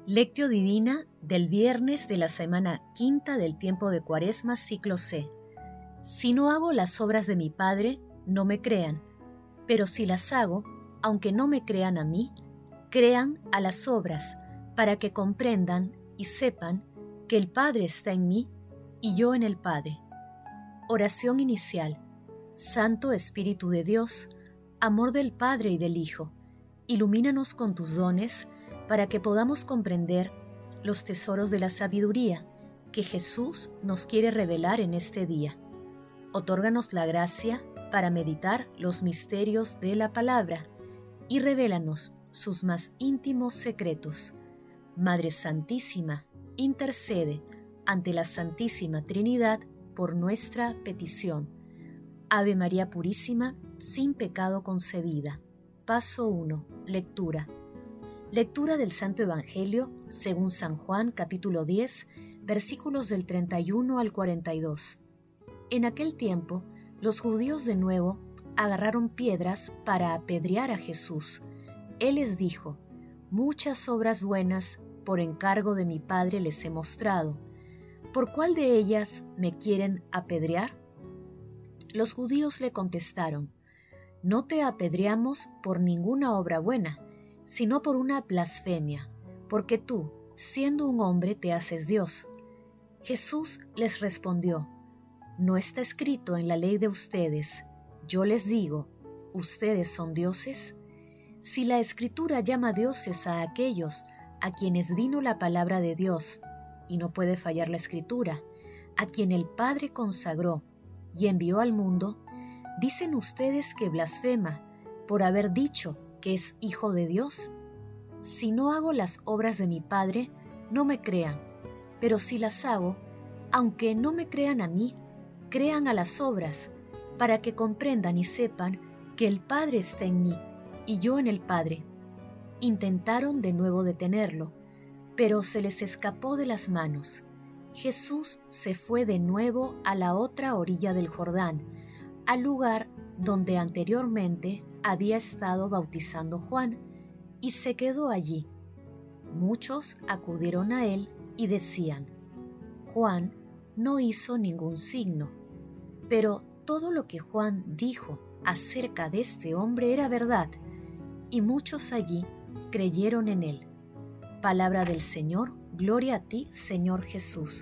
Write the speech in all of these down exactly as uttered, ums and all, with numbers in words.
Lectio Divina del viernes de la semana quinta del tiempo de Cuaresma, ciclo C. Si no hago las obras de mi Padre, no me crean, pero si las hago, aunque no me crean a mí, crean a las obras, para que comprendan y sepan que el Padre está en mí y yo en el Padre. Oración inicial. Santo Espíritu de Dios, amor del Padre y del Hijo, ilumínanos con tus dones para que podamos comprender los tesoros de la sabiduría que Jesús nos quiere revelar en este día. Otórganos la gracia para meditar los misterios de la palabra y revélanos sus más íntimos secretos. Madre Santísima, intercede ante la Santísima Trinidad por nuestra petición. Ave María Purísima, sin pecado concebida. Paso uno. Lectura. Lectura del Santo Evangelio según San Juan, capítulo diez, versículos del treinta y uno al cuarenta y dos. En aquel tiempo, los judíos de nuevo agarraron piedras para apedrear a Jesús. Él les dijo: «Muchas obras buenas por encargo de mi Padre les he mostrado. ¿Por cuál de ellas me quieren apedrear?» Los judíos le contestaron: «No te apedreamos por ninguna obra buena, sino por una blasfemia, porque tú, siendo un hombre, te haces Dios». Jesús les respondió: «¿No está escrito en la ley de ustedes, yo les digo, ustedes son dioses? Si la Escritura llama dioses a aquellos a quienes vino la palabra de Dios, y no puede fallar la Escritura, a quien el Padre consagró y envió al mundo, ¿dicen ustedes que blasfema por haber dicho que es hijo de Dios? Si no hago las obras de mi Padre, no me crean, pero si las hago, aunque no me crean a mí, crean a las obras, para que comprendan y sepan que el Padre está en mí y yo en el Padre». Intentaron de nuevo detenerlo, pero se les escapó de las manos. Jesús se fue de nuevo a la otra orilla del Jordán, al lugar donde anteriormente había estado bautizando Juan, y se quedó allí. Muchos acudieron a él y decían: «Juan no hizo ningún signo». Pero todo lo que Juan dijo acerca de este hombre era verdad, y muchos allí creyeron en él. Palabra del Señor, gloria a ti, Señor Jesús.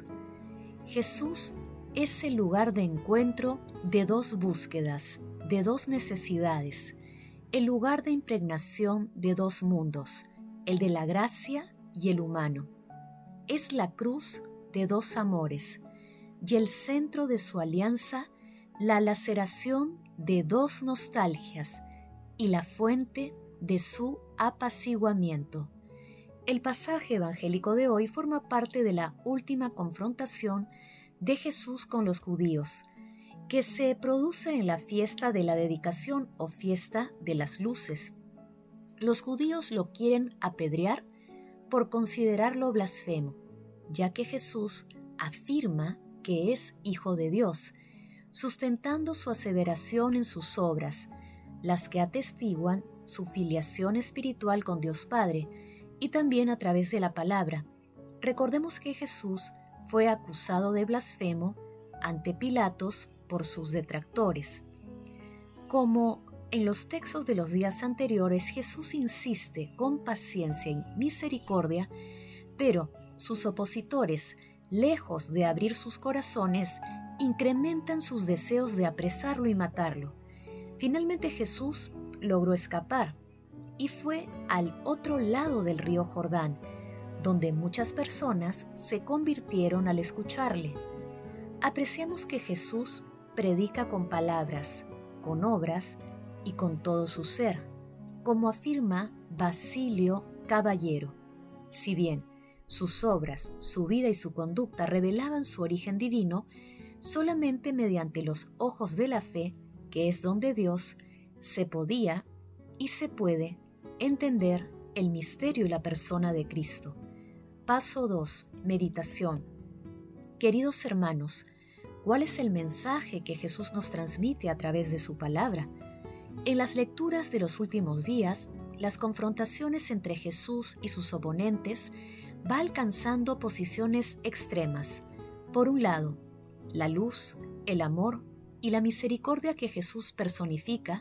Jesús es el lugar de encuentro de dos búsquedas, de dos necesidades, el lugar de impregnación de dos mundos, el de la gracia y el humano. Es la cruz de dos amores y el centro de su alianza, la laceración de dos nostalgias y la fuente de su apaciguamiento. El pasaje evangélico de hoy forma parte de la última confrontación de Jesús con los judíos, que se produce en la fiesta de la dedicación o fiesta de las luces. Los judíos lo quieren apedrear por considerarlo blasfemo, ya que Jesús afirma que es Hijo de Dios, sustentando su aseveración en sus obras, las que atestiguan su filiación espiritual con Dios Padre, y también a través de la palabra. Recordemos que Jesús fue acusado de blasfemo ante Pilatos por sus detractores. Como en los textos de los días anteriores, Jesús insiste con paciencia y misericordia, pero sus opositores, lejos de abrir sus corazones, incrementan sus deseos de apresarlo y matarlo. Finalmente Jesús logró escapar y fue al otro lado del río Jordán, donde muchas personas se convirtieron al escucharle. Apreciamos que Jesús predica con palabras, con obras y con todo su ser, como afirma Basilio Caballero. Si bien sus obras, su vida y su conducta revelaban su origen divino, solamente mediante los ojos de la fe, que es don de Dios, se podía y se puede entender el misterio y la persona de Cristo. Paso dos. Meditación. Queridos hermanos, ¿cuál es el mensaje que Jesús nos transmite a través de su palabra? En las lecturas de los últimos días, las confrontaciones entre Jesús y sus oponentes va alcanzando posiciones extremas. Por un lado, la luz, el amor y la misericordia que Jesús personifica,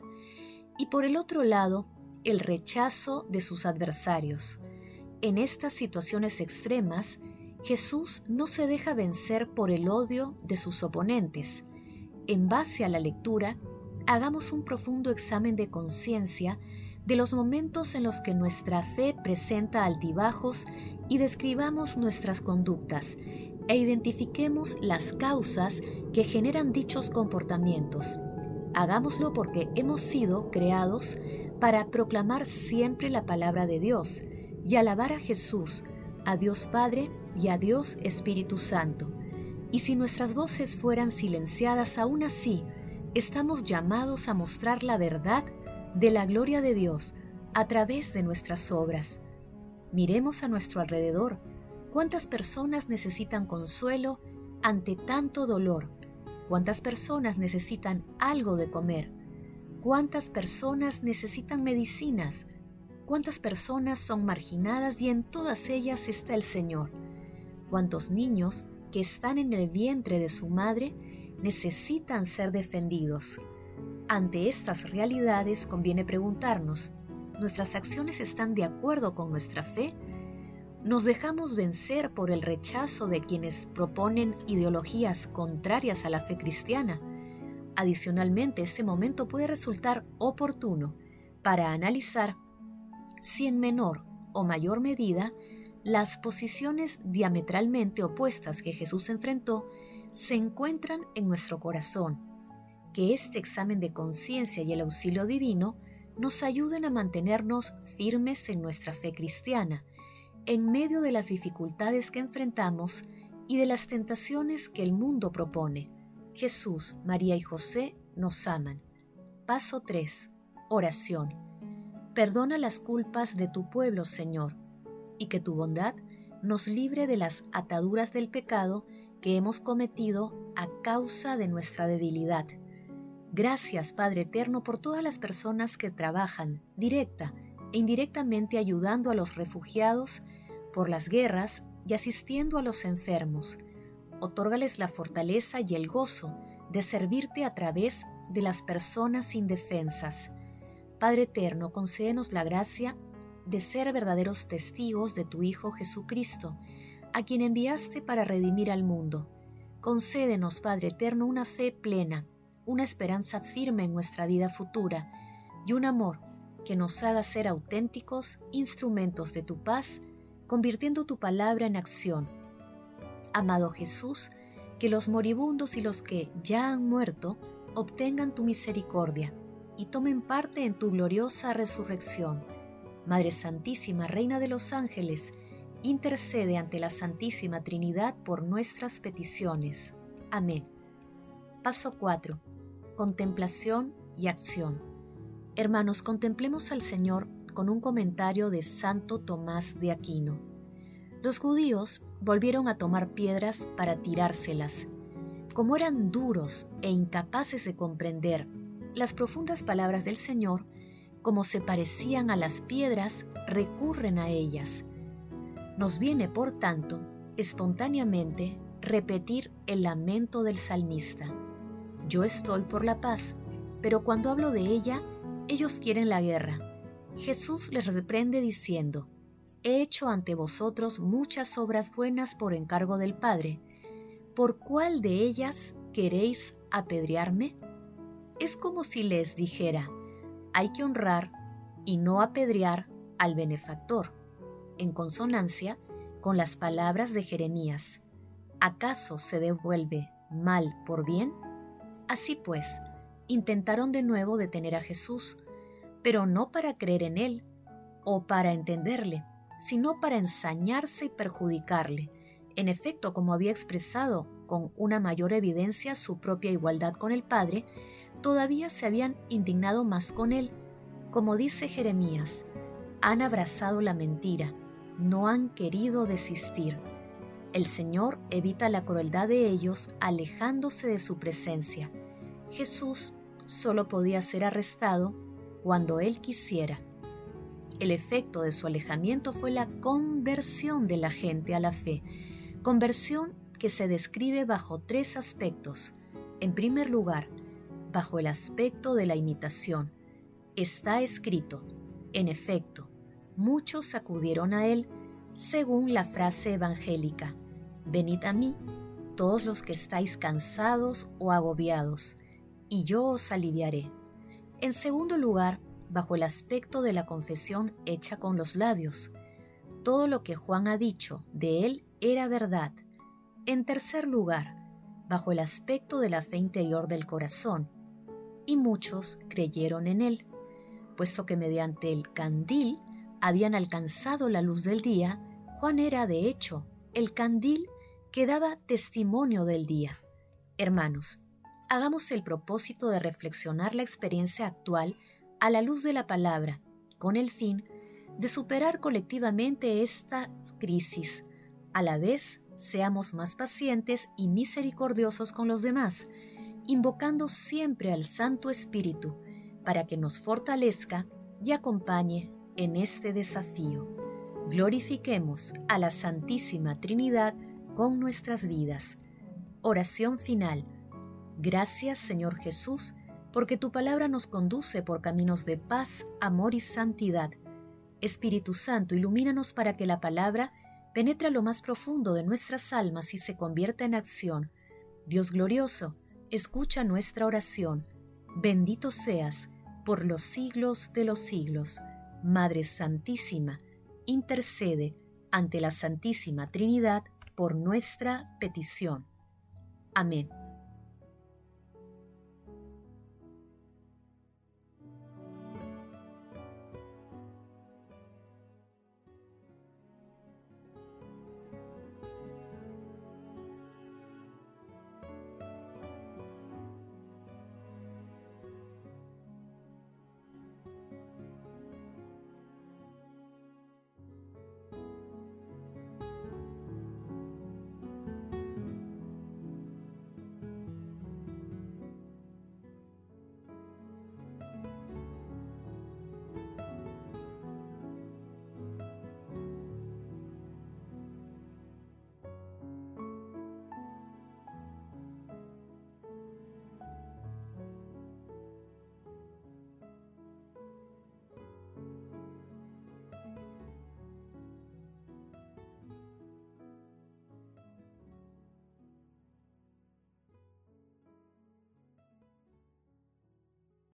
y por el otro lado, el rechazo de sus adversarios. En estas situaciones extremas, Jesús no se deja vencer por el odio de sus oponentes. En base a la lectura, hagamos un profundo examen de conciencia de los momentos en los que nuestra fe presenta altibajos y describamos nuestras conductas e identifiquemos las causas que generan dichos comportamientos. Hagámoslo porque hemos sido creados para proclamar siempre la palabra de Dios y alabar a Jesús, a Dios Padre y a Dios Espíritu Santo. Y si nuestras voces fueran silenciadas, aún así, estamos llamados a mostrar la verdad de la gloria de Dios a través de nuestras obras. Miremos a nuestro alrededor. ¿Cuántas personas necesitan consuelo ante tanto dolor? ¿Cuántas personas necesitan algo de comer? ¿Cuántas personas necesitan medicinas? ¿Cuántas personas son marginadas y en todas ellas está el Señor? ¿Cuántos niños que están en el vientre de su madre necesitan ser defendidos? Ante estas realidades conviene preguntarnos, ¿nuestras acciones están de acuerdo con nuestra fe? ¿Nos dejamos vencer por el rechazo de quienes proponen ideologías contrarias a la fe cristiana? Adicionalmente, este momento puede resultar oportuno para analizar si en menor o mayor medida las posiciones diametralmente opuestas que Jesús enfrentó se encuentran en nuestro corazón. Que este examen de conciencia y el auxilio divino nos ayuden a mantenernos firmes en nuestra fe cristiana, en medio de las dificultades que enfrentamos y de las tentaciones que el mundo propone. Jesús, María y José nos aman. Paso tres. Oración. Perdona las culpas de tu pueblo, Señor, y que tu bondad nos libre de las ataduras del pecado que hemos cometido a causa de nuestra debilidad. Gracias, Padre Eterno, por todas las personas que trabajan, directa e indirectamente ayudando a los refugiados por las guerras y asistiendo a los enfermos. Otórgales la fortaleza y el gozo de servirte a través de las personas indefensas. Padre Eterno, concédenos la gracia de ser verdaderos testigos de tu Hijo Jesucristo, a quien enviaste para redimir al mundo. Concédenos, Padre Eterno, una fe plena, una esperanza firme en nuestra vida futura y un amor que nos haga ser auténticos instrumentos de tu paz, convirtiendo tu palabra en acción. Amado Jesús, que los moribundos y los que ya han muerto obtengan tu misericordia y tomen parte en tu gloriosa resurrección. Madre Santísima, Reina de los Ángeles, intercede ante la Santísima Trinidad por nuestras peticiones. Amén. Paso cuatro. Contemplación y acción. Hermanos, contemplemos al Señor con un comentario de Santo Tomás de Aquino. Los judíos volvieron a tomar piedras para tirárselas. Como eran duros e incapaces de comprender las profundas palabras del Señor, como se parecían a las piedras, recurren a ellas. Nos viene, por tanto, espontáneamente repetir el lamento del salmista. Yo estoy por la paz, pero cuando hablo de ella, ellos quieren la guerra. Jesús les reprende diciendo, he hecho ante vosotros muchas obras buenas por encargo del Padre. ¿Por cuál de ellas queréis apedrearme? Es como si les dijera, hay que honrar y no apedrear al benefactor, en consonancia con las palabras de Jeremías. ¿Acaso se devuelve mal por bien? Así pues, intentaron de nuevo detener a Jesús, pero no para creer en él o para entenderle, sino para ensañarse y perjudicarle. En efecto, como había expresado con una mayor evidencia su propia igualdad con el Padre, todavía se habían indignado más con él. Como dice Jeremías, han abrazado la mentira, no han querido desistir. El Señor evita la crueldad de ellos alejándose de su presencia. Jesús solo podía ser arrestado cuando Él quisiera. El efecto de su alejamiento fue la conversión de la gente a la fe, conversión que se describe bajo tres aspectos. En primer lugar, bajo el aspecto de la imitación. Está escrito, en efecto, muchos acudieron a él según la frase evangélica: venid a mí, todos los que estáis cansados o agobiados, y yo os aliviaré. En segundo lugar, bajo el aspecto de la confesión hecha con los labios. Todo lo que Juan ha dicho de él era verdad. En tercer lugar, bajo el aspecto de la fe interior del corazón. Y muchos creyeron en él, puesto que mediante el candil habían alcanzado la luz del día. Juan era, de hecho, el candil que daba testimonio del día. Hermanos, hagamos el propósito de reflexionar la experiencia actual a la luz de la palabra, con el fin de superar colectivamente esta crisis. A la vez, seamos más pacientes y misericordiosos con los demás, invocando siempre al Santo Espíritu para que nos fortalezca y acompañe en este desafío. Glorifiquemos a la Santísima Trinidad con nuestras vidas. Oración final. Gracias, Señor Jesús, porque tu palabra nos conduce por caminos de paz, amor y santidad. Espíritu Santo, ilumínanos para que la palabra penetre a lo más profundo de nuestras almas y se convierta en acción. Dios glorioso, escucha nuestra oración. Bendito seas por los siglos de los siglos. Madre Santísima, intercede ante la Santísima Trinidad por nuestra petición. Amén.